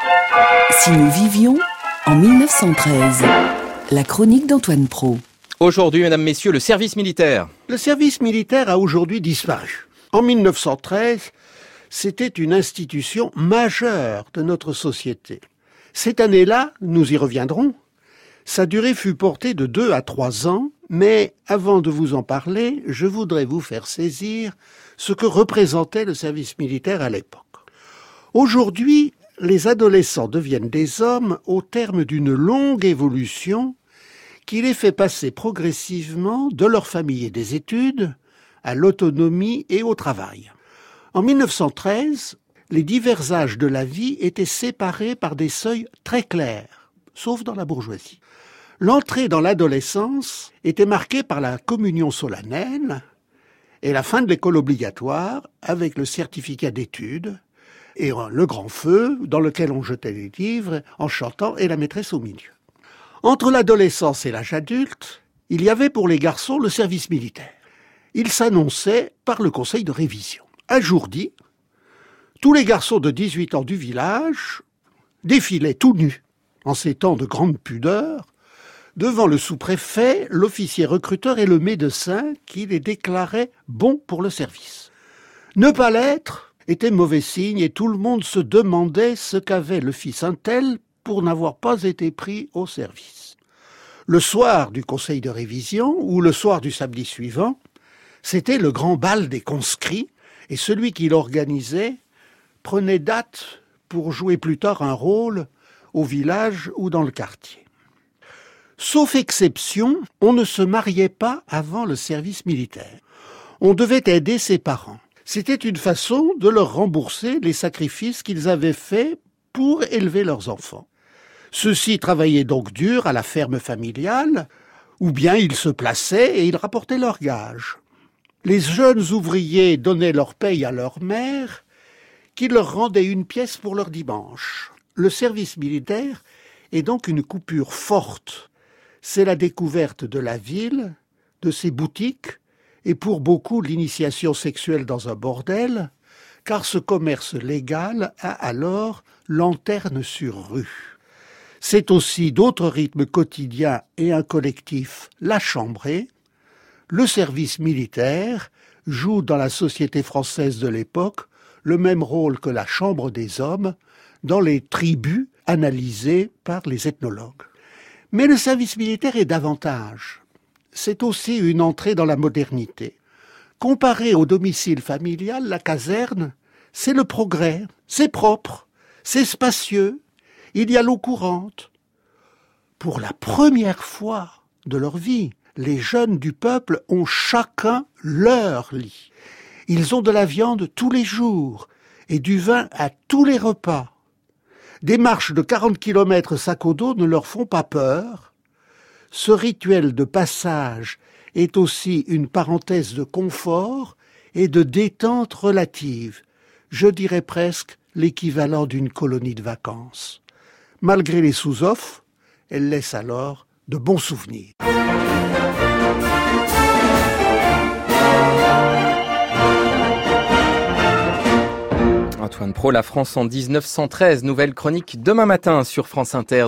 Si nous vivions en 1913, la chronique d'Antoine Pro. Aujourd'hui, mesdames, messieurs, le service militaire. Le service militaire a aujourd'hui disparu. En 1913, c'était une institution majeure de notre société. Cette année-là, nous y reviendrons, sa durée fut portée de 2 à 3 ans, mais avant de vous en parler, je voudrais vous faire saisir ce que représentait le service militaire à l'époque. Aujourd'hui, les adolescents deviennent des hommes au terme d'une longue évolution qui les fait passer progressivement de leur famille et des études à l'autonomie et au travail. En 1913, les divers âges de la vie étaient séparés par des seuils très clairs, sauf dans la bourgeoisie. L'entrée dans l'adolescence était marquée par la communion solennelle et la fin de l'école obligatoire avec le certificat d'études et le grand feu dans lequel on jetait les livres en chantant et la maîtresse au milieu. Entre l'adolescence et l'âge adulte, il y avait pour les garçons le service militaire. Il s'annonçait par le conseil de révision. Un jour dit, tous les garçons de 18 ans du village défilaient tout nus, en ces temps de grande pudeur, devant le sous-préfet, l'officier recruteur et le médecin qui les déclaraient bons pour le service. Ne pas l'être était mauvais signe et tout le monde se demandait ce qu'avait le fils un tel pour n'avoir pas été pris au service. Le soir du conseil de révision ou le soir du samedi suivant, c'était le grand bal des conscrits et celui qui l'organisait prenait date pour jouer plus tard un rôle au village ou dans le quartier. Sauf exception, on ne se mariait pas avant le service militaire. On devait aider ses parents. C'était une façon de leur rembourser les sacrifices qu'ils avaient faits pour élever leurs enfants. Ceux-ci travaillaient donc dur à la ferme familiale, ou bien ils se plaçaient et ils rapportaient leurs gages. Les jeunes ouvriers donnaient leur paye à leur mère, qui leur rendait une pièce pour leur dimanche. Le service militaire est donc une coupure forte. C'est la découverte de la ville, de ses boutiques, et pour beaucoup l'initiation sexuelle dans un bordel, car ce commerce légal a alors lanterne sur rue. C'est aussi d'autres rythmes quotidiens et un collectif, la chambrée. Le service militaire joue dans la société française de l'époque le même rôle que la chambre des hommes dans les tribus analysées par les ethnologues. Mais le service militaire est davantage. C'est aussi une entrée dans la modernité. Comparé au domicile familial, la caserne, c'est le progrès, c'est propre, c'est spacieux, il y a l'eau courante. Pour la première fois de leur vie, les jeunes du peuple ont chacun leur lit. Ils ont de la viande tous les jours et du vin à tous les repas. Des marches de 40 km sac au dos ne leur font pas peur. Ce rituel de passage est aussi une parenthèse de confort et de détente relative. Je dirais presque l'équivalent d'une colonie de vacances. Malgré les sous-offres, elle laisse alors de bons souvenirs. Antoine Pro, la France en 1913, nouvelle chronique demain matin sur France Inter.